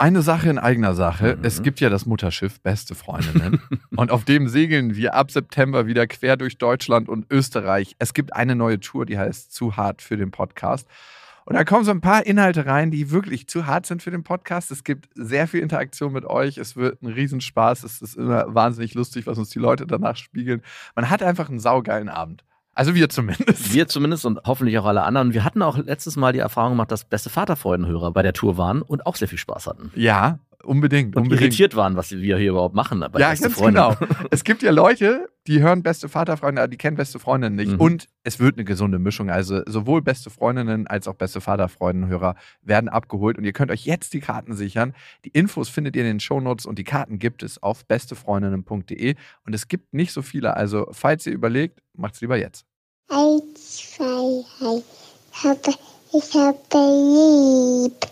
Eine Sache in eigener Sache. Es gibt ja das Mutterschiff Beste Freundinnen. Und auf dem segeln wir ab September wieder quer durch Deutschland und Österreich. Es gibt eine neue Tour, die heißt Zu hart für den Podcast. Und da kommen so ein paar Inhalte rein, die wirklich zu hart sind für den Podcast. Es gibt sehr viel Interaktion mit euch. Es wird ein Riesenspaß. Es ist immer wahnsinnig lustig, was uns die Leute danach spiegeln. Man hat einfach einen saugeilen Abend. Also wir zumindest. Wir zumindest und hoffentlich auch alle anderen. Wir hatten auch letztes Mal die Erfahrung gemacht, dass Beste Vaterfreudenhörer bei der Tour waren und auch sehr viel Spaß hatten. Ja, unbedingt. Und irritiert waren, was wir hier überhaupt machen. Bei ja, Beste ganz Freunde. Genau. Es gibt ja Leute, die hören Beste Vaterfreunde, die kennen Beste Freundinnen nicht. Und es wird eine gesunde Mischung. Also sowohl Beste Freundinnen als auch Beste Vaterfreundenhörer werden abgeholt. Und ihr könnt euch jetzt die Karten sichern. Die Infos findet ihr in den Shownotes und die Karten gibt es auf bestefreundinnen.de. Und es gibt nicht so viele. Also falls ihr überlegt, macht's lieber jetzt. 1, 2, 3. Ich habe lieb.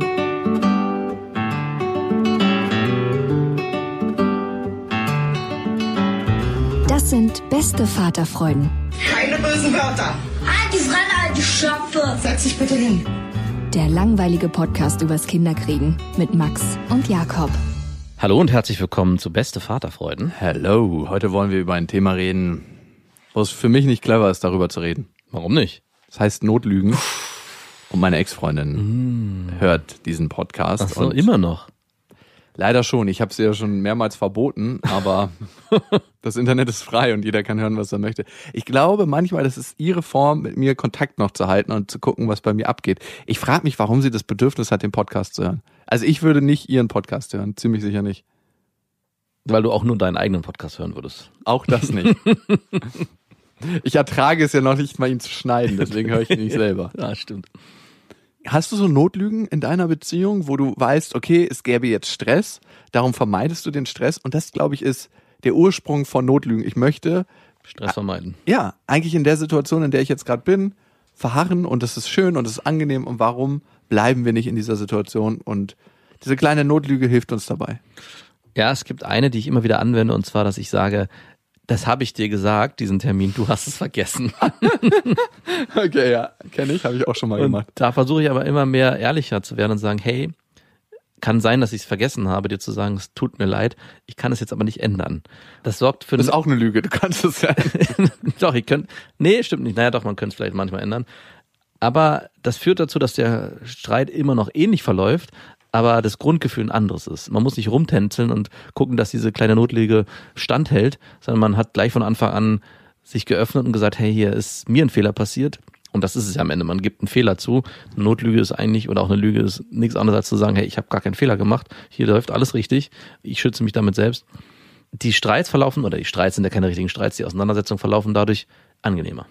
Das sind Beste Vaterfreuden. Keine bösen Wörter. Halt die Fremde, alte Schöpfe. Setz dich bitte hin. Der langweilige Podcast übers Kinderkriegen mit Max und Jakob. Hallo und herzlich willkommen zu Beste Vaterfreuden. Hello. Heute wollen wir über ein Thema reden, wo es für mich nicht clever ist, darüber zu reden. Warum nicht? Das heißt Notlügen. Und meine Ex-Freundin hört diesen Podcast. Ach so, und immer noch. Leider schon. Ich habe es ja schon mehrmals verboten, aber das Internet ist frei und jeder kann hören, was er möchte. Ich glaube manchmal, das ist ihre Form, mit mir Kontakt noch zu halten und zu gucken, was bei mir abgeht. Ich frage mich, warum sie das Bedürfnis hat, den Podcast zu hören. Also ich würde nicht ihren Podcast hören, ziemlich sicher nicht. Weil du auch nur deinen eigenen Podcast hören würdest. Auch das nicht. Ich ertrage es ja noch nicht mal, ihn zu schneiden, deswegen höre ich ihn nicht selber. Ja, stimmt. Hast du so Notlügen in deiner Beziehung, wo du weißt, okay, es gäbe jetzt Stress, darum vermeidest du den Stress und das, glaube ich, ist der Ursprung von Notlügen. Ich möchte Stress vermeiden. Ja, eigentlich in der Situation, in der ich jetzt gerade bin, verharren und das ist schön und es ist angenehm und warum bleiben wir nicht in dieser Situation und diese kleine Notlüge hilft uns dabei. Ja, es gibt eine, die ich immer wieder anwende und zwar, dass ich sage, das habe ich dir gesagt, diesen Termin, du hast es vergessen. Okay, ja, kenne ich, habe ich auch schon mal gemacht. Da versuche ich aber immer mehr ehrlicher zu werden und sagen, hey, kann sein, dass ich es vergessen habe, dir zu sagen, es tut mir leid, ich kann es jetzt aber nicht ändern. Das sorgt für... Das ist auch eine Lüge, du kannst es ja. Doch, nee, stimmt nicht. Naja, doch, man könnte es vielleicht manchmal ändern. Aber das führt dazu, dass der Streit immer noch ähnlich verläuft, aber das Grundgefühl ein anderes ist. Man muss nicht rumtänzeln und gucken, dass diese kleine Notlüge standhält, sondern man hat gleich von Anfang an sich geöffnet und gesagt, hey, hier ist mir ein Fehler passiert. Und das ist es ja am Ende. Man gibt einen Fehler zu. Eine Notlüge ist eigentlich, oder auch eine Lüge ist nichts anderes als zu sagen, hey, ich habe gar keinen Fehler gemacht. Hier läuft alles richtig. Ich schütze mich damit selbst. Die Streits verlaufen, oder die Streits sind ja keine richtigen Streits, die Auseinandersetzungen verlaufen dadurch angenehmer.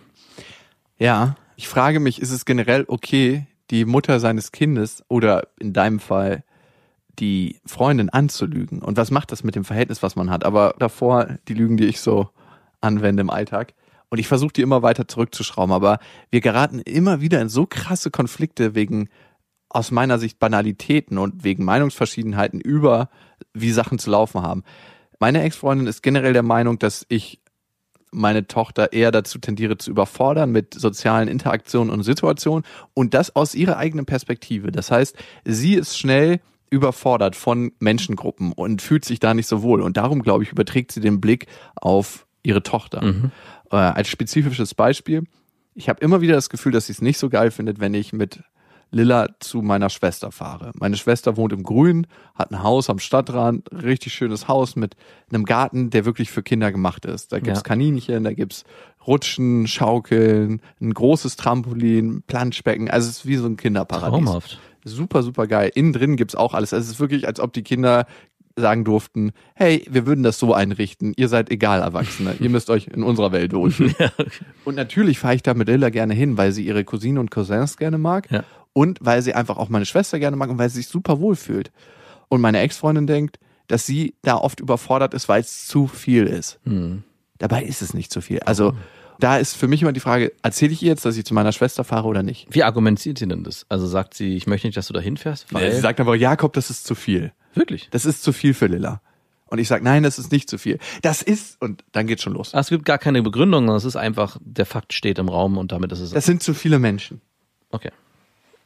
Ja, ich frage mich, ist es generell okay, die Mutter seines Kindes oder in deinem Fall die Freundin anzulügen? Und was macht das mit dem Verhältnis, was man hat? Aber davor die Lügen, die ich so anwende im Alltag. Und ich versuche die immer weiter zurückzuschrauben. Aber wir geraten immer wieder in so krasse Konflikte wegen, aus meiner Sicht, Banalitäten und wegen Meinungsverschiedenheiten über, wie Sachen zu laufen haben. Meine Ex-Freundin ist generell der Meinung, dass ich meine Tochter eher dazu tendiere zu überfordern mit sozialen Interaktionen und Situationen und das aus ihrer eigenen Perspektive. Das heißt, sie ist schnell überfordert von Menschengruppen und fühlt sich da nicht so wohl und darum, glaube ich, überträgt sie den Blick auf ihre Tochter. Als spezifisches Beispiel, ich habe immer wieder das Gefühl, dass sie es nicht so geil findet, wenn ich mit Lilla zu meiner Schwester fahre. Meine Schwester wohnt im Grün, hat ein Haus am Stadtrand, richtig schönes Haus mit einem Garten, der wirklich für Kinder gemacht ist. Da gibt's Kaninchen, da gibt's Rutschen, Schaukeln, ein großes Trampolin, Planschbecken. Also es ist wie so ein Kinderparadies. Traumhaft. Super, super geil. Innen drin gibt's auch alles. Also es ist wirklich, als ob die Kinder sagen durften, hey, wir würden das so einrichten, ihr seid egal Erwachsene, ihr müsst euch in unserer Welt wohlfühlen. Und natürlich fahre ich da mit Lilla gerne hin, weil sie ihre Cousinen und Cousins gerne mag und weil sie einfach auch meine Schwester gerne mag und weil sie sich super wohl fühlt. Und meine Ex-Freundin denkt, dass sie da oft überfordert ist, weil es zu viel ist. Dabei ist es nicht zu viel. Also da ist für mich immer die Frage, erzähle ich ihr jetzt, dass ich zu meiner Schwester fahre oder nicht? Wie argumentiert sie denn das? Also sagt sie, ich möchte nicht, dass du da hinfährst? Nee, sie sagt einfach, Jakob, das ist zu viel. Wirklich? Das ist zu viel für Lilla. Und ich sage, nein, das ist nicht zu viel. Das ist, und dann geht's schon los. Ach, es gibt gar keine Begründung, sondern es ist einfach, der Fakt steht im Raum und damit ist es... Das sind zu viele Menschen. Okay.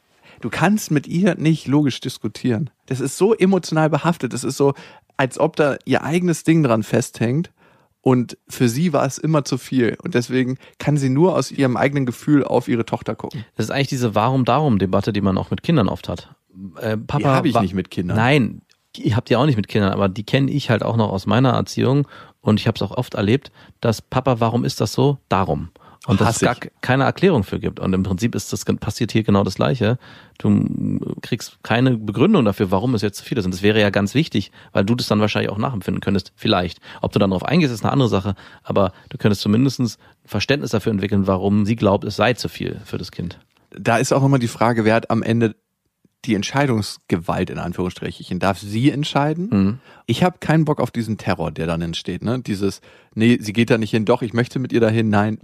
Du kannst mit ihr nicht logisch diskutieren. Das ist so emotional behaftet. Das ist so, als ob da ihr eigenes Ding dran festhängt. Und für sie war es immer zu viel. Und deswegen kann sie nur aus ihrem eigenen Gefühl auf ihre Tochter gucken. Das ist eigentlich diese Warum-Darum-Debatte, die man auch mit Kindern oft hat. Papa, Die habe ich nicht mit Kindern. Nein, ich habe die auch nicht mit Kindern, aber die kenne ich halt auch noch aus meiner Erziehung. Und ich habe es auch oft erlebt, dass Papa, warum ist das so? Darum. Und dass es gar keine Erklärung für gibt. Und im Prinzip passiert hier genau das Gleiche. Du kriegst keine Begründung dafür, warum es jetzt zu viel ist. Und das wäre ja ganz wichtig, weil du das dann wahrscheinlich auch nachempfinden könntest. Vielleicht. Ob du dann darauf eingehst, ist eine andere Sache. Aber du könntest zumindest ein Verständnis dafür entwickeln, warum sie glaubt, es sei zu viel für das Kind. Da ist auch immer die Frage, wer hat am Ende die Entscheidungsgewalt in Anführungsstrichen. Darf sie entscheiden? Mhm. Ich habe keinen Bock auf diesen Terror, der dann entsteht. Ne? Dieses, nee, sie geht da nicht hin, doch, ich möchte mit ihr dahin, nein,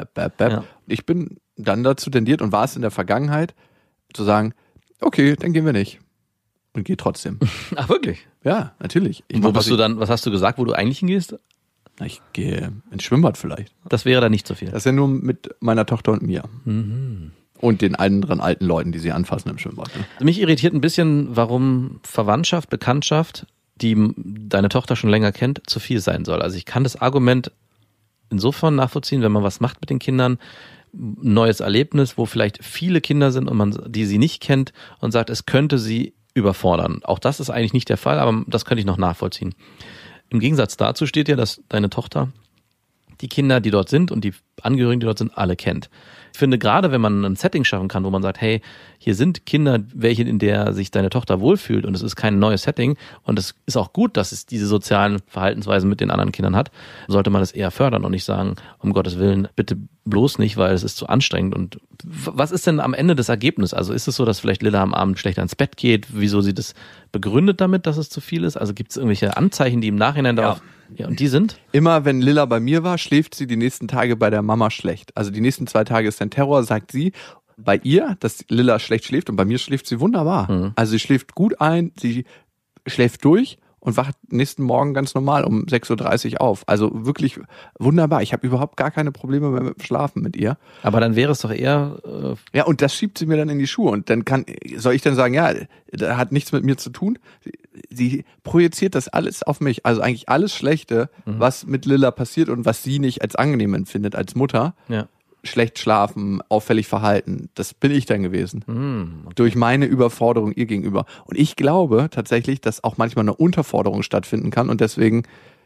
Ja. Ich bin dann dazu tendiert und war es in der Vergangenheit, zu sagen, okay, dann gehen wir nicht. Und geh trotzdem. Ach, wirklich? Ja, natürlich. Was hast du gesagt, wo du eigentlich hingehst? Ich gehe ins Schwimmbad vielleicht. Das wäre dann nicht so viel. Das ist ja nur mit meiner Tochter und mir. Mhm. Und den anderen alten Leuten, die sie anfassen im Schwimmbad. Ne? Mich irritiert ein bisschen, warum Verwandtschaft, Bekanntschaft, die deine Tochter schon länger kennt, zu viel sein soll. Also ich kann das Argument insofern nachvollziehen, wenn man was macht mit den Kindern, ein neues Erlebnis, wo vielleicht viele Kinder sind und man die sie nicht kennt und sagt, es könnte sie überfordern. Auch das ist eigentlich nicht der Fall, aber das könnte ich noch nachvollziehen. Im Gegensatz dazu steht ja, dass deine Tochter die Kinder, die dort sind und die Angehörigen, die dort sind, alle kennt. Ich finde, gerade wenn man ein Setting schaffen kann, wo man sagt, hey, hier sind Kinder, welche in der sich deine Tochter wohlfühlt und es ist kein neues Setting und es ist auch gut, dass es diese sozialen Verhaltensweisen mit den anderen Kindern hat, sollte man es eher fördern und nicht sagen, um Gottes Willen, bitte bloß nicht, weil es ist zu anstrengend. Und was ist denn am Ende das Ergebnis? Also ist es so, dass vielleicht Lilla am Abend schlechter ins Bett geht? Wieso sie das begründet damit, dass es zu viel ist? Also gibt es irgendwelche Anzeichen, die im Nachhinein darauf... Ja, und die sind? Immer wenn Lilla bei mir war, schläft sie die nächsten Tage bei der Mama schlecht. Also die nächsten 2 Tage ist ein Terror, sagt sie. Bei ihr, dass Lilla schlecht schläft und bei mir schläft sie wunderbar. Mhm. Also sie schläft gut ein, sie schläft durch und wacht nächsten Morgen ganz normal um 6.30 Uhr auf. Also wirklich wunderbar. Ich habe überhaupt gar keine Probleme mehr mit dem Schlafen mit ihr. Aber dann wäre es doch eher... Ja, und das schiebt sie mir dann in die Schuhe. Und dann soll ich dann sagen, ja, das hat nichts mit mir zu tun. Sie projiziert das alles auf mich. Also eigentlich alles Schlechte, was mit Lilla passiert und was sie nicht als angenehm empfindet als Mutter. Ja. Schlecht schlafen, auffällig verhalten. Das bin ich dann gewesen. Okay. Durch meine Überforderung ihr gegenüber. Und ich glaube tatsächlich, dass auch manchmal eine Unterforderung stattfinden kann und deswegen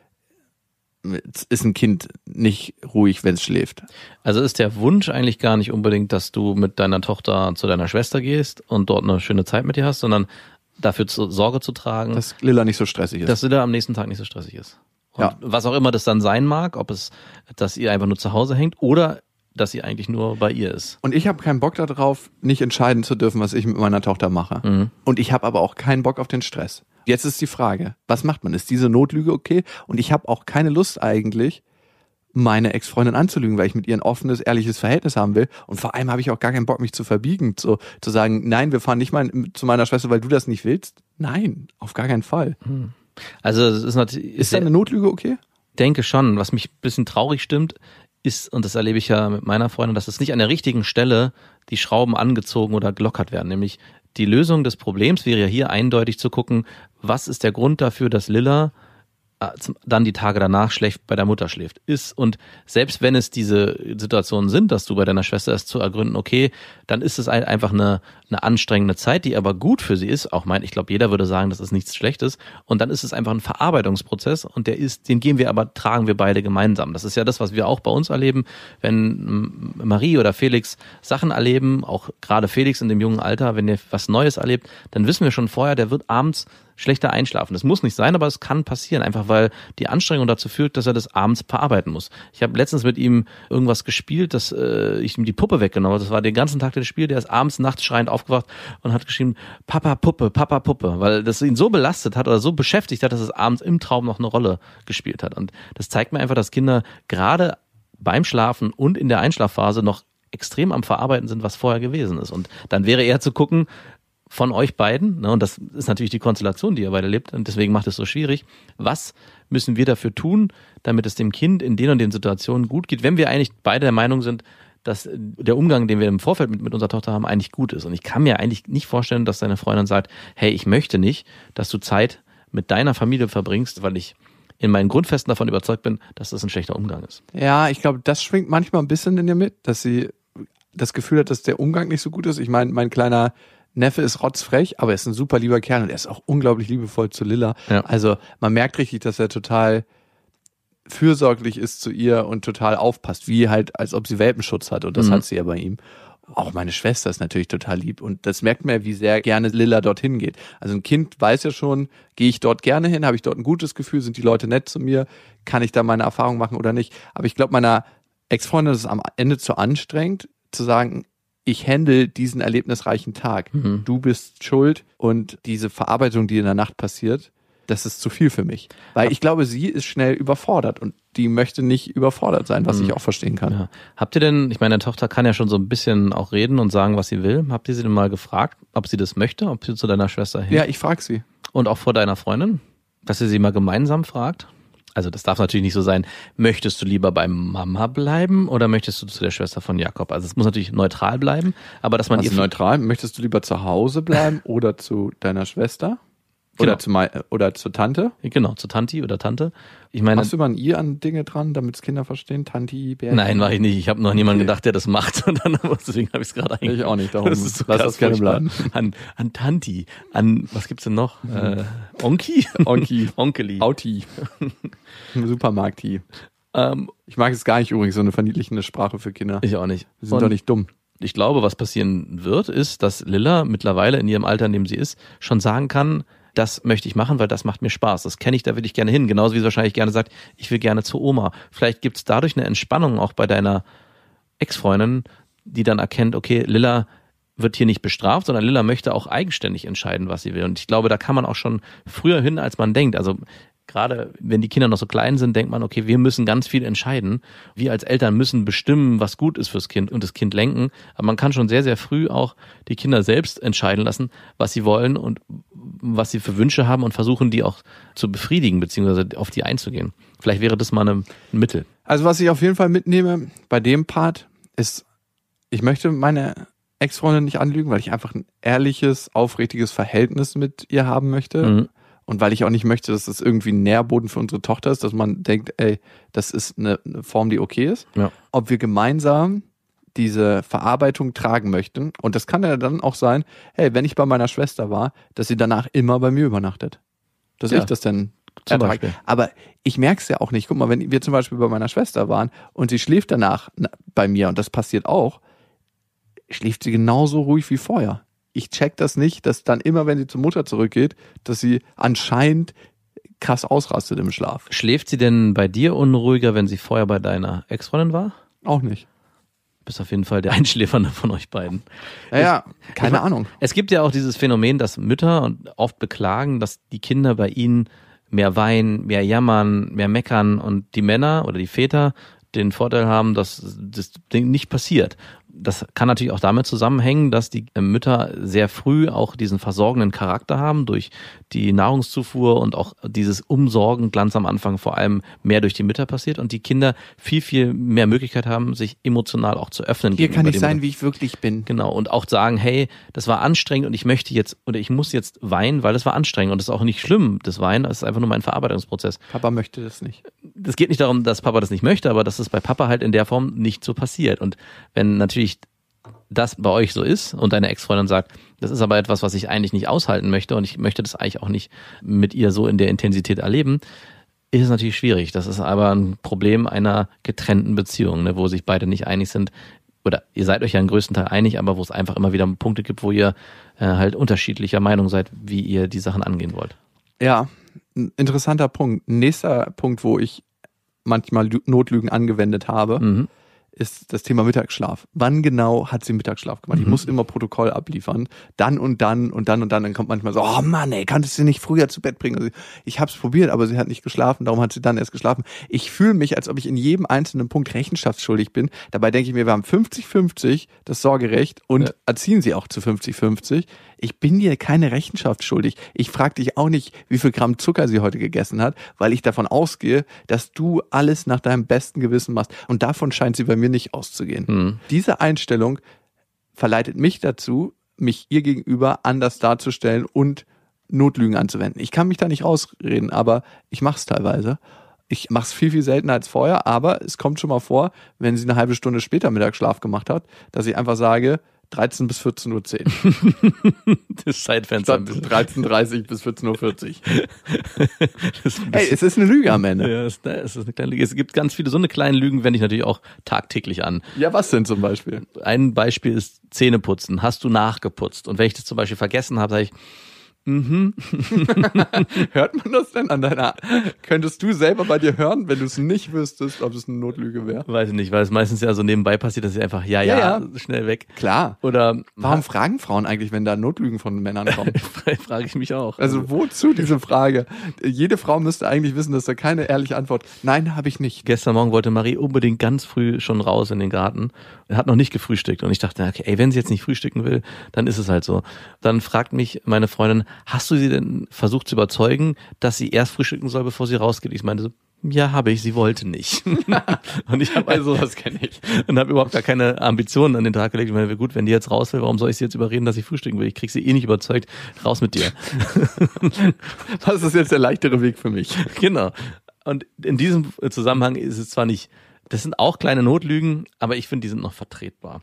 ist ein Kind nicht ruhig, wenn es schläft. Also ist der Wunsch eigentlich gar nicht unbedingt, dass du mit deiner Tochter zu deiner Schwester gehst und dort eine schöne Zeit mit ihr hast, sondern dafür Sorge zu tragen, dass Lilla nicht so stressig ist. Dass Lilla am nächsten Tag nicht so stressig ist. Und ja. Was auch immer das dann sein mag, ob es, dass ihr einfach nur zu Hause hängt oder dass sie eigentlich nur bei ihr ist. Und ich habe keinen Bock darauf, nicht entscheiden zu dürfen, was ich mit meiner Tochter mache. Mhm. Und ich habe aber auch keinen Bock auf den Stress. Jetzt ist die Frage, was macht man? Ist diese Notlüge okay? Und ich habe auch keine Lust eigentlich, meine Ex-Freundin anzulügen, weil ich mit ihr ein offenes, ehrliches Verhältnis haben will. Und vor allem habe ich auch gar keinen Bock, mich zu verbiegen, zu sagen, nein, wir fahren nicht mal zu meiner Schwester, weil du das nicht willst. Nein, auf gar keinen Fall. Also es ist natürlich... Ist eine Notlüge okay? Denke schon. Was mich ein bisschen traurig stimmt, ist, und das erlebe ich ja mit meiner Freundin, dass es nicht an der richtigen Stelle die Schrauben angezogen oder gelockert werden. Nämlich die Lösung des Problems wäre ja hier eindeutig zu gucken, was ist der Grund dafür, dass Lilla dann die Tage danach schlecht bei der Mutter schläft. Und selbst wenn es diese Situationen sind, dass du bei deiner Schwester erst zu ergründen, okay, dann ist es einfach eine anstrengende Zeit, die aber gut für sie ist. Auch ich glaube, jeder würde sagen, das ist nichts Schlechtes. Und dann ist es einfach ein Verarbeitungsprozess und den tragen wir beide gemeinsam. Das ist ja das, was wir auch bei uns erleben, wenn Marie oder Felix Sachen erleben, auch gerade Felix in dem jungen Alter, wenn der was Neues erlebt, dann wissen wir schon vorher, der wird abends schlechter einschlafen. Das muss nicht sein, aber es kann passieren, einfach weil die Anstrengung dazu führt, dass er das abends verarbeiten muss. Ich habe letztens mit ihm irgendwas gespielt, dass ich ihm die Puppe weggenommen habe. Das war den ganzen Tag das Spiel, der ist abends nachts schreiend aufgewacht und hat geschrieben, Papa Puppe, weil das ihn so belastet hat oder so beschäftigt hat, dass es abends im Traum noch eine Rolle gespielt hat. Und das zeigt mir einfach, dass Kinder gerade beim Schlafen und in der Einschlafphase noch extrem am Verarbeiten sind, was vorher gewesen ist. Und dann wäre eher zu gucken, von euch beiden, ne, und das ist natürlich die Konstellation, die ihr beide lebt, und deswegen macht es so schwierig. Was müssen wir dafür tun, damit es dem Kind in den und den Situationen gut geht, wenn wir eigentlich beide der Meinung sind, dass der Umgang, den wir im Vorfeld mit unserer Tochter haben, eigentlich gut ist. Und ich kann mir eigentlich nicht vorstellen, dass deine Freundin sagt, hey, ich möchte nicht, dass du Zeit mit deiner Familie verbringst, weil ich in meinen Grundfesten davon überzeugt bin, dass das ein schlechter Umgang ist. Ja, ich glaube, das schwingt manchmal ein bisschen in dir mit, dass sie das Gefühl hat, dass der Umgang nicht so gut ist. Ich meine, mein kleiner Neffe ist rotzfrech, aber er ist ein super lieber Kerl und er ist auch unglaublich liebevoll zu Lilla. Ja. Also man merkt richtig, dass er total fürsorglich ist zu ihr und total aufpasst, wie halt, als ob sie Welpenschutz hat, und das hat sie ja bei ihm. Auch meine Schwester ist natürlich total lieb und das merkt man ja, wie sehr gerne Lilla dorthin geht. Also ein Kind weiß ja schon, gehe ich dort gerne hin, habe ich dort ein gutes Gefühl, sind die Leute nett zu mir, kann ich da meine Erfahrung machen oder nicht. Aber ich glaube, meiner Ex-Freundin ist es am Ende zu anstrengend, zu sagen, ich handle diesen erlebnisreichen Tag. Du bist schuld und diese Verarbeitung, die in der Nacht passiert, das ist zu viel für mich. Weil ich glaube, sie ist schnell überfordert und die möchte nicht überfordert sein, was ich auch verstehen kann. Ja. Habt ihr denn, ich meine, deine Tochter kann ja schon so ein bisschen auch reden und sagen, was sie will. Habt ihr sie denn mal gefragt, ob sie das möchte, ob sie zu deiner Schwester hin? Ja, ich frage sie. Und auch vor deiner Freundin, dass ihr sie mal gemeinsam fragt? Also das darf natürlich nicht so sein, möchtest du lieber bei Mama bleiben oder möchtest du zu der Schwester von Jakob? Also es muss natürlich neutral bleiben, aber dass man Also neutral, möchtest du lieber zu Hause bleiben oder zu deiner Schwester? Oder, oder zur Tante? Genau, zu Tanti oder Tante. Ich meine, machst du mal ein I an Dinge dran, damit es Kinder verstehen? Tanti, Bärchen? Nein, mache ich nicht. Ich habe noch niemanden gedacht, der das macht. Und dann, deswegen habe ich es gerade eigentlich. Ich auch nicht. Darum das ist so lass das gerne bleiben. An Tanti, an was gibt's denn noch? Onki? Onkeli. Auti. Supermarkti. Ich mag es gar nicht übrigens, so eine verniedlichende Sprache für Kinder. Ich auch nicht. Wir sind doch nicht dumm. Ich glaube, was passieren wird, ist, dass Lilla mittlerweile in ihrem Alter, in dem sie ist, schon sagen kann, das möchte ich machen, weil das macht mir Spaß. Das kenne ich, da will ich gerne hin. Genauso wie sie wahrscheinlich gerne sagt, ich will gerne zu Oma. Vielleicht gibt es dadurch eine Entspannung auch bei deiner Ex-Freundin, die dann erkennt, okay, Lilla wird hier nicht bestraft, sondern Lilla möchte auch eigenständig entscheiden, was sie will. Und ich glaube, da kann man auch schon früher hin, als man denkt. Also gerade wenn die Kinder noch so klein sind, denkt man, okay, wir müssen ganz viel entscheiden. Wir als Eltern müssen bestimmen, was gut ist fürs Kind und das Kind lenken. Aber man kann schon sehr, sehr früh auch die Kinder selbst entscheiden lassen, was sie wollen und was sie für Wünsche haben und versuchen, die auch zu befriedigen, beziehungsweise auf die einzugehen. Vielleicht wäre das mal ein Mittel. Also was ich auf jeden Fall mitnehme bei dem Part ist, ich möchte meine Ex-Freundin nicht anlügen, weil ich einfach ein ehrliches, aufrichtiges Verhältnis mit ihr haben möchte. Und weil ich auch nicht möchte, dass das irgendwie ein Nährboden für unsere Tochter ist, dass man denkt, ey, das ist eine Form, die okay ist. Ja. Ob wir gemeinsam diese Verarbeitung tragen möchten. Und das kann ja dann auch sein, hey, wenn ich bei meiner Schwester war, dass sie danach immer bei mir übernachtet. Dass ich das dann zum ertrage. Beispiel. Aber ich merke es ja auch nicht. Guck mal, wenn wir zum Beispiel bei meiner Schwester waren und sie schläft danach bei mir, und das passiert auch, schläft sie genauso ruhig wie vorher. Ich check das nicht, dass dann immer, wenn sie zur Mutter zurückgeht, dass sie anscheinend krass ausrastet im Schlaf. Schläft sie denn bei dir unruhiger, wenn sie vorher bei deiner Ex-Freundin war? Auch nicht. Du bist auf jeden Fall der Einschläfernde von euch beiden. Ja, keine Ahnung. Es gibt ja auch dieses Phänomen, dass Mütter oft beklagen, dass die Kinder bei ihnen mehr weinen, mehr jammern, mehr meckern und die Männer oder die Väter den Vorteil haben, dass das Ding nicht passiert. Das kann natürlich auch damit zusammenhängen, dass die Mütter sehr früh auch diesen versorgenden Charakter haben durch die Nahrungszufuhr und auch dieses Umsorgen ganz am Anfang vor allem mehr durch die Mütter passiert und die Kinder viel, viel mehr Möglichkeit haben, sich emotional auch zu öffnen. Hier kann ich sein, wie ich wirklich bin. Genau, und auch sagen, hey, das war anstrengend und ich möchte jetzt oder ich muss jetzt weinen, weil das war anstrengend und das ist auch nicht schlimm, das Weinen, das ist einfach nur mein Verarbeitungsprozess. Papa möchte das nicht. Das geht nicht darum, dass Papa das nicht möchte, aber dass es bei Papa halt in der Form nicht so passiert. Und wenn natürlich das bei euch so ist und deine Ex-Freundin sagt, das ist aber etwas, was ich eigentlich nicht aushalten möchte und ich möchte das eigentlich auch nicht mit ihr so in der Intensität erleben, ist es natürlich schwierig. Das ist aber ein Problem einer getrennten Beziehung, ne, wo sich beide nicht einig sind. Oder ihr seid euch ja im größten Teil einig, aber wo es einfach immer wieder Punkte gibt, wo ihr halt unterschiedlicher Meinung seid, wie ihr die Sachen angehen wollt. Ja, ein interessanter Punkt. Nächster Punkt, wo ich manchmal Notlügen angewendet habe, ist das Thema Mittagsschlaf. Wann genau hat sie Mittagsschlaf gemacht? Ich muss immer Protokoll abliefern. Dann und dann und dann und dann. Dann kommt manchmal so, oh Mann, ey, kannst du sie nicht früher zu Bett bringen? Also ich habe es probiert, aber sie hat nicht geschlafen. Darum hat sie dann erst geschlafen. Ich fühle mich, als ob ich in jedem einzelnen Punkt rechenschaftsschuldig bin. Dabei denke ich mir, wir haben 50-50 das Sorgerecht und erziehen sie auch zu 50-50. ich bin dir keine Rechenschaft schuldig. Ich frage dich auch nicht, wie viel Gramm Zucker sie heute gegessen hat, weil ich davon ausgehe, dass du alles nach deinem besten Gewissen machst. Und davon scheint sie bei mir nicht auszugehen. Diese Einstellung verleitet mich dazu, mich ihr gegenüber anders darzustellen und Notlügen anzuwenden. Ich kann mich da nicht rausreden, aber ich mache es teilweise. Ich mache es viel, viel seltener als vorher, aber es kommt schon mal vor, wenn sie eine halbe Stunde später Mittagsschlaf gemacht hat, dass ich einfach sage, 13 bis 14.10 Uhr. Das Zeitfenster. 13.30 bis 14.40 Uhr. Hey, es ist eine Lüge am Ende. Ja, es ist eine kleine Lüge. Es gibt ganz viele so eine kleine Lügen, wende ich natürlich auch tagtäglich an. Ja, was denn zum Beispiel? Ein Beispiel ist Zähneputzen. Hast du nachgeputzt? Und wenn ich das zum Beispiel vergessen habe, sage ich, Hört man das denn an deiner... Könntest du selber bei dir hören, wenn du es nicht wüsstest, ob es eine Notlüge wäre? weiß ich nicht, weil es meistens ja so nebenbei passiert, dass ich einfach ja, schnell weg. Klar. Oder Warum fragen Frauen eigentlich, wenn da Notlügen von Männern kommen? frage ich mich auch. Also wozu diese Frage? Jede Frau müsste eigentlich wissen, dass da keine ehrliche Antwort. Nein, habe ich nicht. Gestern Morgen wollte Marie unbedingt ganz früh schon raus in den Garten. Hat noch nicht gefrühstückt. Und ich dachte, okay, ey, wenn sie jetzt nicht frühstücken will, dann ist es halt so. Dann fragt mich meine Freundin, hast du sie denn versucht zu überzeugen, dass sie erst frühstücken soll, bevor sie rausgeht? Ich meinte so, ja, habe ich, sie wollte nicht. Und ich habe Also das kenne ich. und habe überhaupt gar keine Ambitionen an den Tag gelegt. Ich meine, gut, wenn die jetzt raus will, warum soll ich sie jetzt überreden, dass sie frühstücken will? Ich krieg sie eh nicht überzeugt. Raus mit dir. Was ist jetzt der leichtere Weg für mich? Genau. Und in diesem Zusammenhang ist es zwar nicht, das sind auch kleine Notlügen, aber ich finde, die sind noch vertretbar.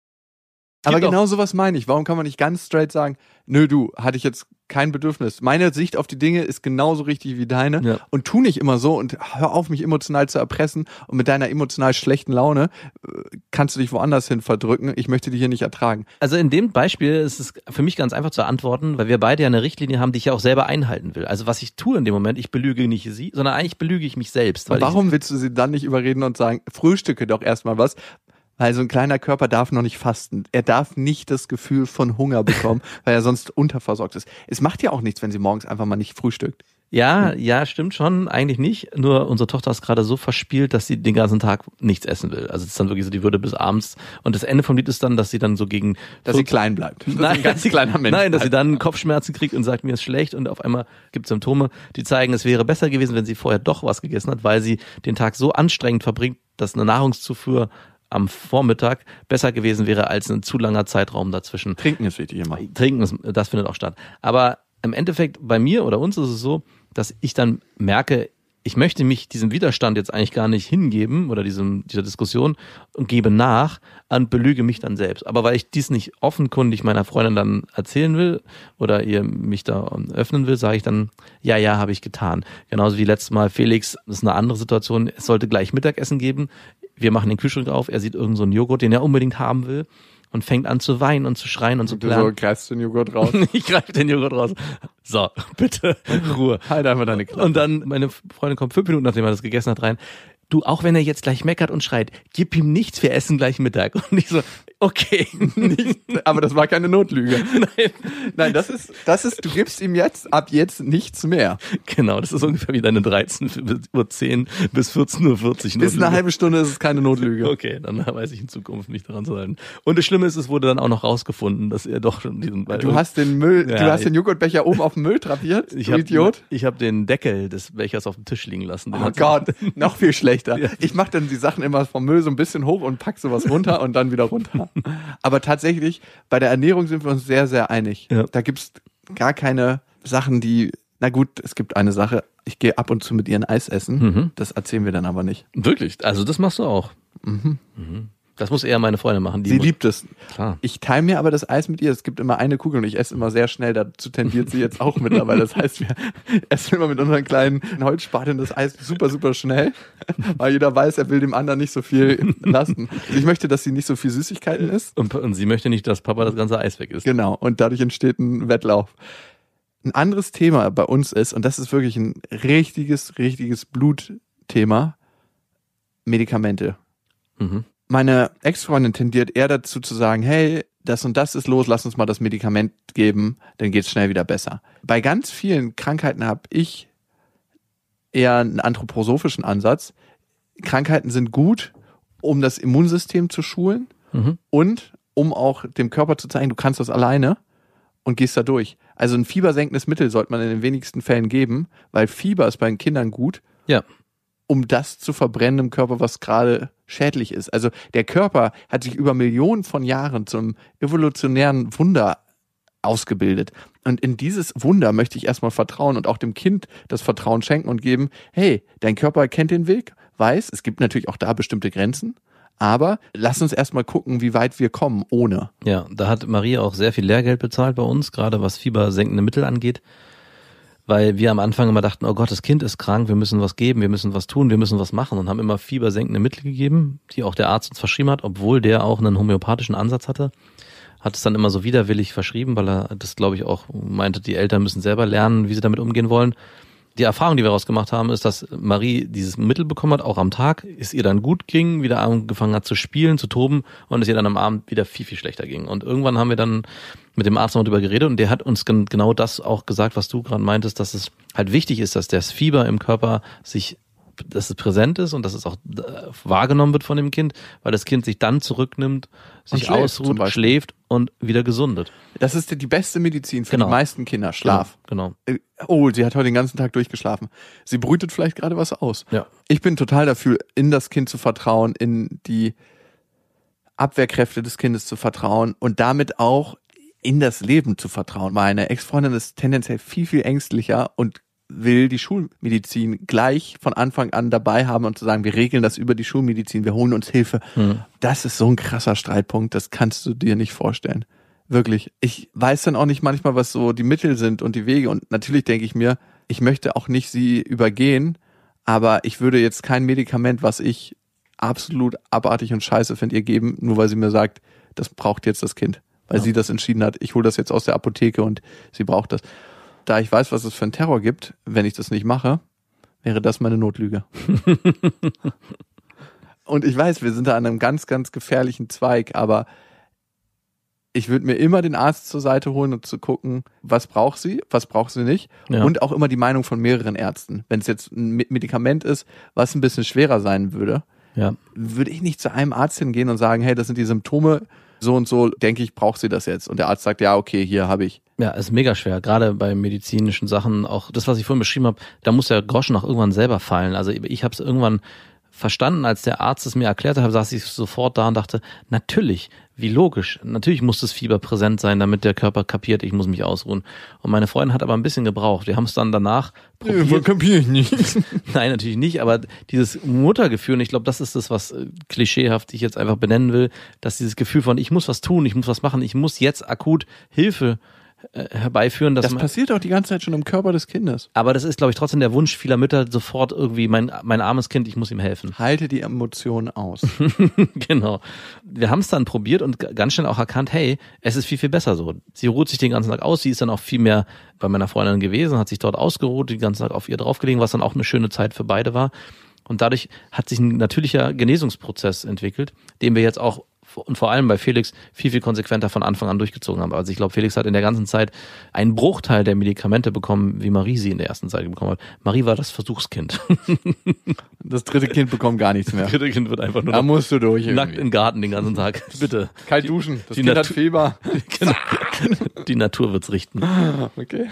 Aber Gibt genau sowas meine ich. Warum kann man nicht ganz straight sagen, nö, du, hatte ich jetzt kein Bedürfnis. Meine Sicht auf die Dinge ist genauso richtig wie deine. Ja. Und tu nicht immer so und hör auf, mich emotional zu erpressen. Und mit deiner emotional schlechten Laune kannst du dich woanders hin verdrücken. Ich möchte die hier nicht ertragen. Also in dem Beispiel ist es für mich ganz einfach zu antworten, weil wir beide ja eine Richtlinie haben, die ich ja auch selber einhalten will. Also was ich tue in dem Moment, ich belüge nicht sie, sondern eigentlich belüge ich mich selbst. Weil Warum willst du sie dann nicht überreden und sagen, frühstücke doch erstmal was? Weil so ein kleiner Körper darf noch nicht fasten. Er darf nicht das Gefühl von Hunger bekommen, weil er sonst unterversorgt ist. Es macht ja auch nichts, wenn sie morgens einfach mal nicht frühstückt. Ja, stimmt schon, eigentlich nicht. Nur unsere Tochter ist gerade so verspielt, dass sie den ganzen Tag nichts essen will. Also es ist dann wirklich so, die würde bis abends. Und das Ende vom Lied ist dann, dass sie dann so gegen... Dass sie klein bleibt. Dass Nein, sie ein ganz kleiner Mensch nein, dass sie bleibt. dann Kopfschmerzen kriegt und sagt, mir ist schlecht. Und auf einmal gibt es Symptome, die zeigen, es wäre besser gewesen, wenn sie vorher doch was gegessen hat, weil sie den Tag so anstrengend verbringt, dass eine Nahrungszufuhr am Vormittag besser gewesen wäre als ein zu langer Zeitraum dazwischen. Trinken ist wichtig immer. Trinken, das findet auch statt. Aber im Endeffekt bei mir oder uns ist es so, dass ich dann merke, ich möchte mich diesem Widerstand jetzt eigentlich gar nicht hingeben oder dieser Diskussion und gebe nach und belüge mich dann selbst. Aber weil ich dies nicht offenkundig meiner Freundin dann erzählen will oder ihr mich da öffnen will, sage ich dann, ja, habe ich getan. Genauso wie letztes Mal Felix, das ist eine andere Situation, es sollte gleich Mittagessen geben. Wir machen den Kühlschrank auf, er sieht irgend so einen Joghurt, den er unbedingt haben will und fängt an zu weinen und zu schreien und zu Du planen. so greifst den Joghurt raus. Ich greife den Joghurt raus. So, bitte, Ruhe. Halt einfach deine Klappe. Und dann, meine Freundin kommt 5 Minuten, nachdem er das gegessen hat, rein. Du, auch wenn er jetzt gleich meckert und schreit, gib ihm nichts, wir essen gleich Mittag. Und ich so, okay. Nicht, aber das war keine Notlüge. Nein, das ist, du gibst ihm jetzt ab jetzt nichts mehr. Genau, das ist ungefähr wie deine 13:10 bis 14:40 Bis eine halbe Stunde ist es keine Notlüge. Okay, dann weiß ich in Zukunft mich daran zu halten. Und das Schlimme ist, es wurde dann auch noch rausgefunden, dass er doch schon diesen... Du hast den Müll, Ja, du hast den Joghurtbecher oben auf den Müll trapiert, du Idiot. Ich habe den Deckel des Bechers auf dem Tisch liegen lassen. Den Oh hat sie- Gott, noch viel schlechter. Ja. Ich mache dann die Sachen immer vom Müll so ein bisschen hoch und pack sowas runter und dann wieder runter. Aber tatsächlich, bei der Ernährung sind wir uns sehr, sehr einig. Ja. Da gibt's gar keine Sachen, die, na gut, es gibt eine Sache, ich gehe ab und zu mit ihr ein Eis essen, das erzählen wir dann aber nicht. Wirklich? Also das machst du auch? Mhm. Das muss eher meine Freundin machen. Die Sie muss- liebt es. Klar. Ich teile mir aber das Eis mit ihr. Es gibt immer eine Kugel und ich esse immer sehr schnell. Dazu tendiert sie jetzt auch mittlerweile. Das heißt, wir essen immer mit unseren kleinen Holzspateln das Eis super, super schnell, weil jeder weiß, er will dem anderen nicht so viel lassen. Also ich möchte, dass sie nicht so viel Süßigkeiten isst. Und sie möchte nicht, dass Papa das ganze Eis weg ist. Genau. Und dadurch entsteht ein Wettlauf. Ein anderes Thema bei uns ist, und das ist wirklich ein richtiges Blutthema, Medikamente. Mhm. Meine Ex-Freundin tendiert eher dazu zu sagen, hey, das und das ist los, lass uns mal das Medikament geben, dann geht's schnell wieder besser. Bei ganz vielen Krankheiten habe ich eher einen anthroposophischen Ansatz. Krankheiten sind gut, um das Immunsystem zu schulen und um auch dem Körper zu zeigen, du kannst das alleine. und gehst da durch. Also ein fiebersenkendes Mittel sollte man in den wenigsten Fällen geben, weil Fieber ist bei den Kindern gut, Ja. um das zu verbrennen im Körper, was gerade schädlich ist. Also der Körper hat sich über Millionen von Jahren zum evolutionären Wunder ausgebildet. Und in dieses Wunder möchte ich erstmal vertrauen und auch dem Kind das Vertrauen schenken und geben, hey, dein Körper kennt den Weg, weiß, es gibt natürlich auch da bestimmte Grenzen, aber lass uns erstmal gucken, wie weit wir kommen ohne. Ja, da hat Maria auch sehr viel Lehrgeld bezahlt bei uns, gerade was fiebersenkende Mittel angeht, weil wir am Anfang immer dachten, oh Gott, das Kind ist krank, wir müssen was geben, wir müssen was tun, wir müssen was machen und haben immer fiebersenkende Mittel gegeben, die auch der Arzt uns verschrieben hat, obwohl der auch einen homöopathischen Ansatz hatte. Hat es dann immer so widerwillig verschrieben, weil er das, glaube ich, auch meinte, die Eltern müssen selber lernen, wie sie damit umgehen wollen. Die Erfahrung, die wir rausgemacht haben, ist, dass Marie dieses Mittel bekommen hat, auch am Tag, es ihr dann gut ging, wieder angefangen hat zu spielen, zu toben und es ihr dann am Abend wieder viel, viel schlechter ging. Und irgendwann haben wir dann mit dem Arzt noch drüber geredet und der hat uns genau das auch gesagt, was du gerade meintest, dass es halt wichtig ist, dass das Fieber im Körper dass es präsent ist und dass es auch wahrgenommen wird von dem Kind, weil das Kind sich dann zurücknimmt, sich schläft, ausruht, zum Beispiel. schläft und wieder gesundet. Das ist die beste Medizin für Genau. die meisten Kinder, Schlaf. Genau. Oh, sie hat heute den ganzen Tag durchgeschlafen. Sie brütet vielleicht gerade was aus. Ja. Ich bin total dafür, in das Kind zu vertrauen, in die Abwehrkräfte des Kindes zu vertrauen und damit auch in das Leben zu vertrauen. Meine Ex-Freundin ist tendenziell viel, viel ängstlicher und will die Schulmedizin gleich von Anfang an dabei haben und zu sagen, wir regeln das über die Schulmedizin, wir holen uns Hilfe. Das ist so ein krasser Streitpunkt, das kannst du dir nicht vorstellen. Wirklich. Ich weiß dann auch nicht manchmal, was so die Mittel sind und die Wege und natürlich denke ich mir, ich möchte auch nicht sie übergehen, aber ich würde jetzt kein Medikament, was ich absolut abartig und scheiße finde, ihr geben, nur weil sie mir sagt, das braucht jetzt das Kind, weil sie das entschieden hat. Ich hole das jetzt aus der Apotheke und sie braucht das. Da ich weiß, was es für einen Terror gibt, wenn ich das nicht mache, wäre das meine Notlüge. Und ich weiß, wir sind da an einem ganz, ganz gefährlichen Zweig, aber ich würde mir immer den Arzt zur Seite holen und zu gucken, was braucht sie nicht. Ja. Und auch immer die Meinung von mehreren Ärzten. Wenn es jetzt ein Medikament ist, was ein bisschen schwerer sein würde, Ja. würde ich nicht zu einem Arzt hingehen und sagen, hey, das sind die Symptome, so und so, denke ich, braucht sie das jetzt. Und der Arzt sagt, ja, okay, hier habe ich. Ja, ist mega schwer, gerade bei medizinischen Sachen, auch das, was ich vorhin beschrieben habe, da muss der Groschen auch irgendwann selber fallen. Also ich habe es irgendwann verstanden, als der Arzt es mir erklärt hat, saß ich sofort da und dachte, natürlich, wie logisch, natürlich muss das Fieber präsent sein, damit der Körper kapiert, ich muss mich ausruhen. Und meine Freundin hat aber ein bisschen gebraucht. Wir haben es dann danach probiert. Kapiere ich nicht. Nein, natürlich nicht, aber dieses Muttergefühl, und ich glaube, das ist das, was klischeehaft ich jetzt einfach benennen will, dass dieses Gefühl von, ich muss was tun, ich muss was machen, ich muss jetzt akut Hilfe herbeiführen. Dass Das passiert auch die ganze Zeit schon im Körper des Kindes. aber das ist, glaube ich, trotzdem der Wunsch vieler Mütter, sofort irgendwie, mein armes Kind, ich muss ihm helfen. Halte die Emotionen aus. Genau. Wir haben es dann probiert und ganz schnell auch erkannt, hey, es ist viel, viel besser so. Sie ruht sich den ganzen Tag aus, sie ist dann auch viel mehr bei meiner Freundin gewesen, hat sich dort ausgeruht, den ganzen Tag auf ihr draufgelegen, was dann auch eine schöne Zeit für beide war. Und dadurch hat sich ein natürlicher Genesungsprozess entwickelt, den wir jetzt auch und vor allem bei Felix viel, viel konsequenter von Anfang an durchgezogen haben. Also ich glaube, Felix hat in der ganzen Zeit einen Bruchteil der Medikamente bekommen, wie Marie sie in der ersten Zeit bekommen hat. Marie war das Versuchskind. Das dritte Kind bekommt gar nichts mehr. Das dritte Kind wird einfach nur Da noch musst du durch nackt irgendwie. im Garten den ganzen Tag. Bitte. Kalt duschen. Das die Kind hat Natur- Fieber. Genau. Die Natur wird's richten. Okay.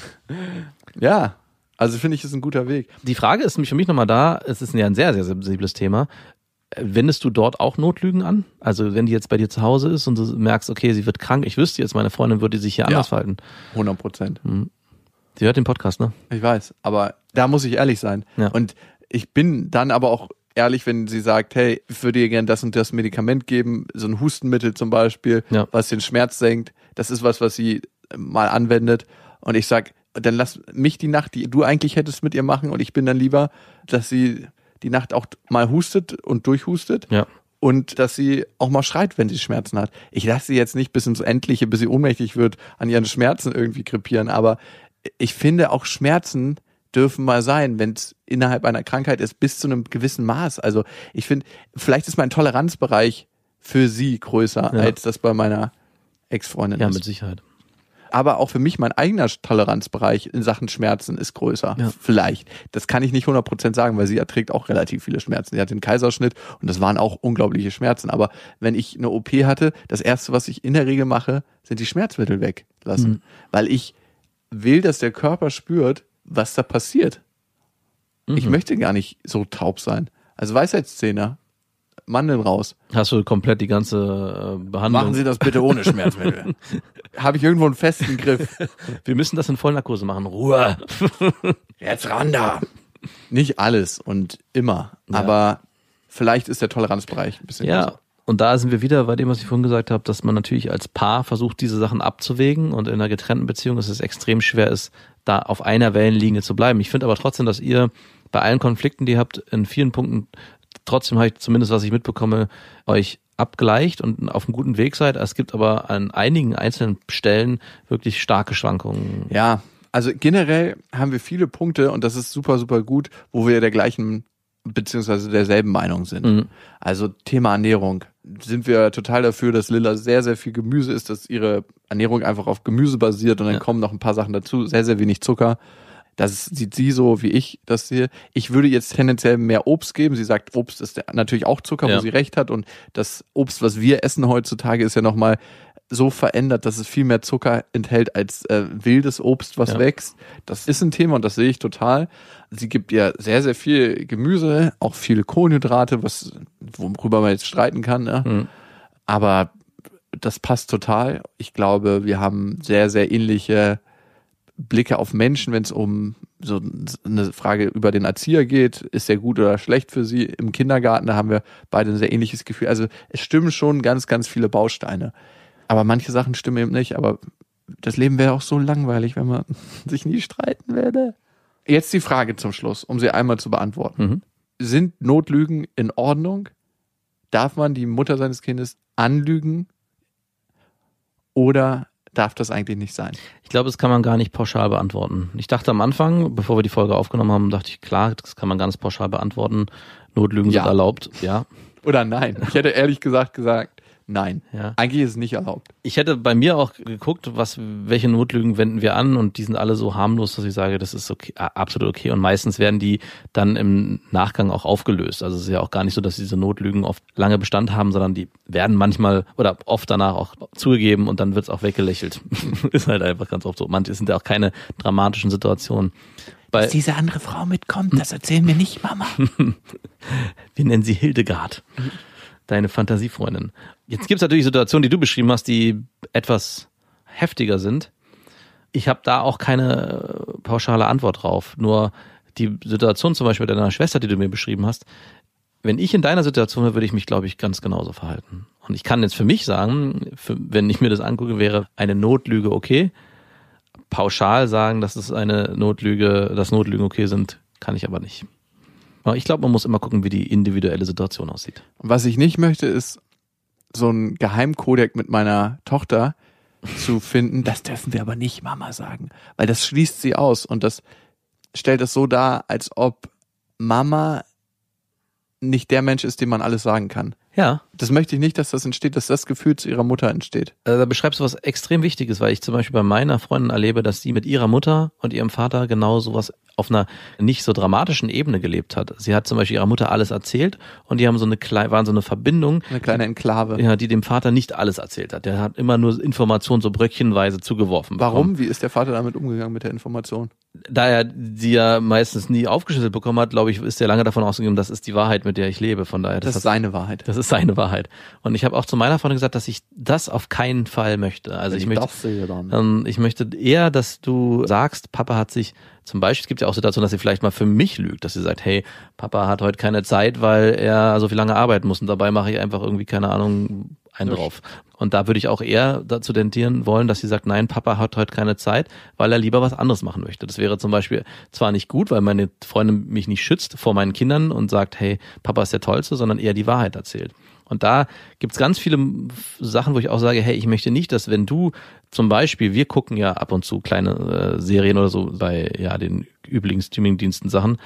Ja, also finde ich, ist ein guter Weg. Die Frage ist für mich nochmal da, es ist ja ein sehr, sehr sensibles Thema. Wendest du dort auch Notlügen an? Also wenn die jetzt bei dir zu Hause ist und du merkst, okay, sie wird krank, ich wüsste jetzt, meine Freundin würde sich hier anders verhalten. 100%. Sie hört den Podcast, ne? Ich weiß, aber da muss ich ehrlich sein. Ja. Und ich bin dann aber auch ehrlich, wenn sie sagt, hey, ich würde ihr gerne das und das Medikament geben, so ein Hustenmittel zum Beispiel, Ja. was den Schmerz senkt. Das ist was sie mal anwendet. Und ich sag, dann lass mich die Nacht, die du eigentlich hättest mit ihr machen, und ich bin dann lieber, dass sie die Nacht auch mal hustet und durchhustet. Ja. Und dass sie auch mal schreit, wenn sie Schmerzen hat. Ich lasse sie jetzt nicht bis ins Endliche, bis sie ohnmächtig wird, an ihren Schmerzen irgendwie krepieren. Aber ich finde, auch Schmerzen dürfen mal sein, wenn es innerhalb einer Krankheit ist, bis zu einem gewissen Maß. Also ich finde, vielleicht ist mein Toleranzbereich für sie größer, als das bei meiner Ex-Freundin Ja, ist. mit Sicherheit. Aber auch für mich, mein eigener Toleranzbereich in Sachen Schmerzen ist größer. Ja. Vielleicht. Das kann ich nicht 100% sagen, weil sie erträgt auch relativ viele Schmerzen. Sie hat den Kaiserschnitt und das waren auch unglaubliche Schmerzen. Aber wenn ich eine OP hatte, das Erste, was ich in der Regel mache, sind die Schmerzmittel weglassen. Weil ich will, dass der Körper spürt, was da passiert. Ich möchte gar nicht so taub sein. Also Weisheitszähne, Mandeln raus. Hast du komplett die ganze Behandlung? Machen Sie das bitte ohne Schmerzmittel. Habe ich irgendwo einen festen Griff. Wir müssen das in Vollnarkose machen. Ruhe. Jetzt ran da. Nicht alles und immer, Ja. aber vielleicht ist der Toleranzbereich ein bisschen Ja. größer. Und da sind wir wieder bei dem, was ich vorhin gesagt habe, dass man natürlich als Paar versucht, diese Sachen abzuwägen und in einer getrennten Beziehung ist es extrem schwer ist, da auf einer Wellenlinie zu bleiben. Ich finde aber trotzdem, dass ihr bei allen Konflikten, die ihr habt, in vielen Punkten trotzdem habe ich zumindest, was ich mitbekomme, euch abgleicht und auf einem guten Weg seid. Es gibt aber an einigen einzelnen Stellen wirklich starke Schwankungen. Ja, also generell haben wir viele Punkte und das ist super, super gut, wo wir der gleichen beziehungsweise derselben Meinung sind. Also Thema Ernährung. Sind wir total dafür, dass Lilla sehr, sehr viel Gemüse isst, dass ihre Ernährung einfach auf Gemüse basiert und dann kommen noch ein paar Sachen dazu. Sehr, sehr wenig Zucker. Das sieht sie so, wie ich das sehe. Ich würde jetzt tendenziell mehr Obst geben. Sie sagt, Obst ist natürlich auch Zucker, wo sie recht hat. Und das Obst, was wir essen heutzutage, ist ja nochmal so verändert, dass es viel mehr Zucker enthält als wildes Obst, was wächst. Das ist ein Thema und das sehe ich total. Sie gibt ihr sehr, sehr viel Gemüse, auch viele Kohlenhydrate, worüber man jetzt streiten kann. Ne? Aber das passt total. Ich glaube, wir haben sehr, sehr ähnliche Blicke auf Menschen, wenn es um so eine Frage über den Erzieher geht, ist er gut oder schlecht für sie im Kindergarten, da haben wir beide ein sehr ähnliches Gefühl. Also es stimmen schon ganz, ganz viele Bausteine. Aber manche Sachen stimmen eben nicht, aber das Leben wäre auch so langweilig, wenn man sich nie streiten würde. Jetzt die Frage zum Schluss, um sie einmal zu beantworten. Sind Notlügen in Ordnung? Darf man die Mutter seines Kindes anlügen? Oder darf das eigentlich nicht sein? Ich glaube, das kann man gar nicht pauschal beantworten. Ich dachte am Anfang, bevor wir die Folge aufgenommen haben, dachte ich, klar, das kann man ganz pauschal beantworten. Notlügen sind erlaubt, ja. Oder nein? Ich hätte ehrlich gesagt, nein. Ja. Eigentlich ist es nicht erlaubt. Ich hätte bei mir auch geguckt, welche Notlügen wenden wir an und die sind alle so harmlos, dass ich sage, das ist okay, absolut okay und meistens werden die dann im Nachgang auch aufgelöst. Also es ist ja auch gar nicht so, dass diese Notlügen oft lange Bestand haben, sondern die werden manchmal oder oft danach auch zugegeben und dann wird es auch weggelächelt. Ist halt einfach ganz oft so. Manche sind ja auch keine dramatischen Situationen. Dass diese andere Frau mitkommt, das erzählen wir nicht, Mama. Wir nennen sie Hildegard. Deine Fantasiefreundin. Jetzt gibt es natürlich Situationen, die du beschrieben hast, die etwas heftiger sind. Ich habe da auch keine pauschale Antwort drauf. Nur die Situation zum Beispiel deiner Schwester, die du mir beschrieben hast, wenn ich in deiner Situation wäre, würde ich mich, glaube ich, ganz genauso verhalten. Und ich kann jetzt für mich sagen, wenn ich mir das angucke, wäre eine Notlüge okay. Pauschal sagen, dass es eine Notlüge, dass Notlügen okay sind, kann ich aber nicht. Ich glaube, man muss immer gucken, wie die individuelle Situation aussieht. Und was ich nicht möchte, ist so ein Geheimkodex mit meiner Tochter zu finden. Das dürfen wir aber nicht Mama sagen, weil das schließt sie aus und das stellt es so dar, als ob Mama nicht der Mensch ist, dem man alles sagen kann. Ja. Das möchte ich nicht, dass das entsteht, dass das Gefühl zu ihrer Mutter entsteht. Da beschreibst du was extrem Wichtiges, weil ich zum Beispiel bei meiner Freundin erlebe, dass sie mit ihrer Mutter und ihrem Vater genau sowas auf einer nicht so dramatischen Ebene gelebt hat. Sie hat zum Beispiel ihrer Mutter alles erzählt und die haben waren so eine Verbindung. Eine kleine Enklave. Ja, die dem Vater nicht alles erzählt hat. Der hat immer nur Informationen so bröckchenweise zugeworfen bekommen. Warum? Wie ist der Vater damit umgegangen mit der Information? Da er sie ja meistens nie aufgeschlüsselt bekommen hat, glaube ich, ist er lange davon ausgegangen, das ist die Wahrheit, mit der ich lebe. Von daher, das ist seine Wahrheit. Das ist seine Wahrheit. Und ich habe auch zu meiner Freundin gesagt, dass ich das auf keinen Fall möchte. Also ich möchte eher, dass du sagst, Papa hat sich zum Beispiel, es gibt ja auch Situationen, dass sie vielleicht mal für mich lügt, dass sie sagt, hey, Papa hat heute keine Zeit, weil er so viel lange arbeiten muss und dabei mache ich einfach irgendwie, keine Ahnung, einen drauf. Und da würde ich auch eher dazu tendieren wollen, dass sie sagt, nein, Papa hat heute keine Zeit, weil er lieber was anderes machen möchte. Das wäre zum Beispiel zwar nicht gut, weil meine Freundin mich nicht schützt vor meinen Kindern und sagt, hey, Papa ist der Tollste, sondern eher die Wahrheit erzählt. Und da gibt's ganz viele Sachen, wo ich auch sage, hey, ich möchte nicht, dass wenn du zum Beispiel, wir gucken ja ab und zu kleine Serien oder so bei den üblichen Streamingdiensten Sachen,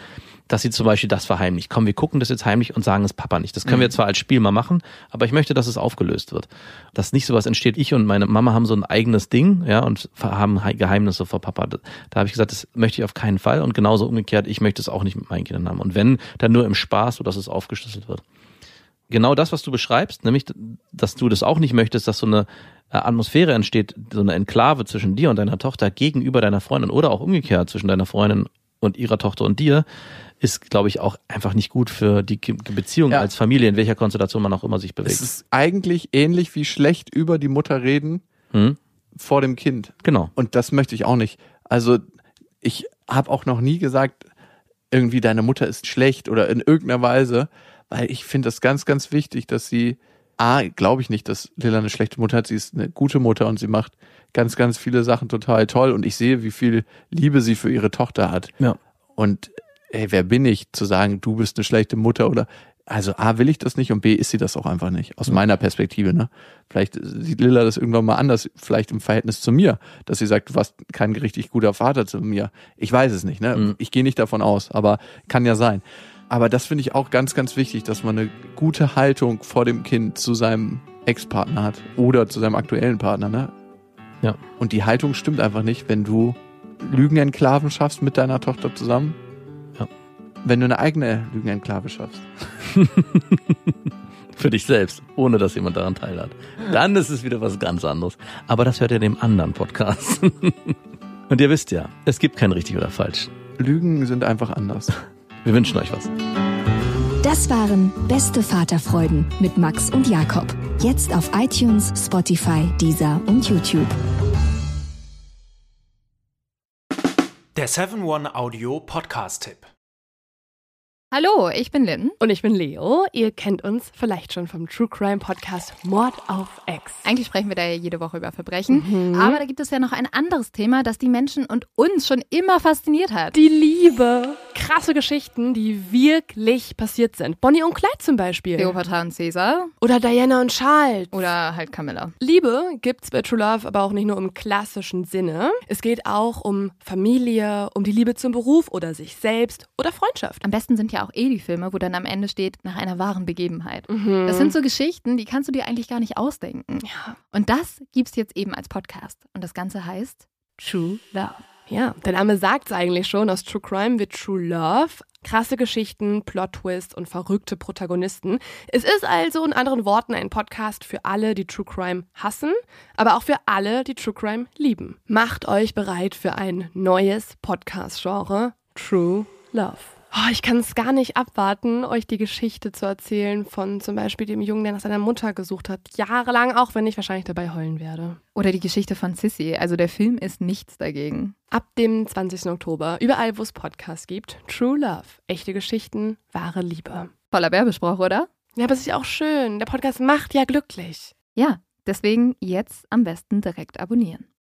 dass sie zum Beispiel das verheimlicht. Komm, wir gucken das jetzt heimlich und sagen es Papa nicht. Das können wir zwar als Spiel mal machen, aber ich möchte, dass es aufgelöst wird. Dass nicht sowas entsteht. Ich und meine Mama haben so ein eigenes Ding, ja, und haben Geheimnisse vor Papa. Da habe ich gesagt, das möchte ich auf keinen Fall. Und genauso umgekehrt, ich möchte es auch nicht mit meinen Kindern haben. Und wenn, dann nur im Spaß, sodass es aufgeschlüsselt wird. Genau das, was du beschreibst, nämlich, dass du das auch nicht möchtest, dass so eine Atmosphäre entsteht, so eine Enklave zwischen dir und deiner Tochter gegenüber deiner Freundin oder auch umgekehrt zwischen deiner Freundin und ihrer Tochter und dir, ist, glaube ich, auch einfach nicht gut für die Beziehung als Familie, in welcher Konstellation man auch immer sich bewegt. Es ist eigentlich ähnlich wie schlecht über die Mutter reden vor dem Kind. Genau. Und das möchte ich auch nicht. Also ich habe auch noch nie gesagt, irgendwie deine Mutter ist schlecht oder in irgendeiner Weise, weil ich finde das ganz, ganz wichtig, dass sie, glaube ich nicht, dass Lilla eine schlechte Mutter hat. Sie ist eine gute Mutter und sie macht ganz, ganz viele Sachen total toll und ich sehe, wie viel Liebe sie für ihre Tochter hat. Ja. Und wer bin ich, zu sagen, du bist eine schlechte Mutter oder, also A, will ich das nicht und B, ist sie das auch einfach nicht, aus meiner Perspektive, ne? Vielleicht sieht Lilla das irgendwann mal anders, vielleicht im Verhältnis zu mir, dass sie sagt, du warst kein richtig guter Vater zu mir. Ich weiß es nicht, ne? Ich gehe nicht davon aus, aber kann ja sein. Aber das finde ich auch ganz, ganz wichtig, dass man eine gute Haltung vor dem Kind zu seinem Ex-Partner hat oder zu seinem aktuellen Partner, ne? Ja. Und die Haltung stimmt einfach nicht, wenn du Lügenenklaven schaffst mit deiner Tochter zusammen. Ja. Wenn du eine eigene Lügenenklave schaffst. Für dich selbst, ohne dass jemand daran teilhat. Dann ist es wieder was ganz anderes. Aber das hört ihr in dem anderen Podcast. Und ihr wisst ja, es gibt kein richtig oder falsch. Lügen sind einfach anders. Wir wünschen euch was. Das waren Beste Vaterfreuden mit Max und Jakob. Jetzt auf iTunes, Spotify, Deezer und YouTube. Der 7-One Audio Podcast-Tipp. Hallo, ich bin Lynn. Und ich bin Leo. Ihr kennt uns vielleicht schon vom True Crime Podcast Mord auf Ex. Eigentlich sprechen wir da ja jede Woche über Verbrechen. Aber da gibt es ja noch ein anderes Thema, das die Menschen und uns schon immer fasziniert hat. Die Liebe. Krasse Geschichten, die wirklich passiert sind. Bonnie und Clyde zum Beispiel. Cleopatra und Caesar. Oder Diana und Charles. Oder halt Camilla. Liebe gibt's bei True Love aber auch nicht nur im klassischen Sinne. Es geht auch um Familie, um die Liebe zum Beruf oder sich selbst oder Freundschaft. Am besten sind ja auch die Filme, wo dann am Ende steht, nach einer wahren Begebenheit. Das sind so Geschichten, die kannst du dir eigentlich gar nicht ausdenken. Ja. Und das gibt's jetzt eben als Podcast. Und das Ganze heißt True Love. Ja, der Name sagt's eigentlich schon, aus True Crime wird True Love. Krasse Geschichten, Plot-Twist und verrückte Protagonisten. Es ist also in anderen Worten ein Podcast für alle, die True Crime hassen, aber auch für alle, die True Crime lieben. Macht euch bereit für ein neues Podcast-Genre, True Love. Oh, ich kann es gar nicht abwarten, euch die Geschichte zu erzählen von zum Beispiel dem Jungen, der nach seiner Mutter gesucht hat. Jahrelang, auch wenn ich wahrscheinlich dabei heulen werde. Oder die Geschichte von Sissy. Also der Film ist nichts dagegen. Ab dem 20. Oktober, überall wo es Podcasts gibt, True Love. Echte Geschichten, wahre Liebe. Voller Werbespruch, oder? Ja, aber es ist ja auch schön. Der Podcast macht ja glücklich. Ja, deswegen jetzt am besten direkt abonnieren.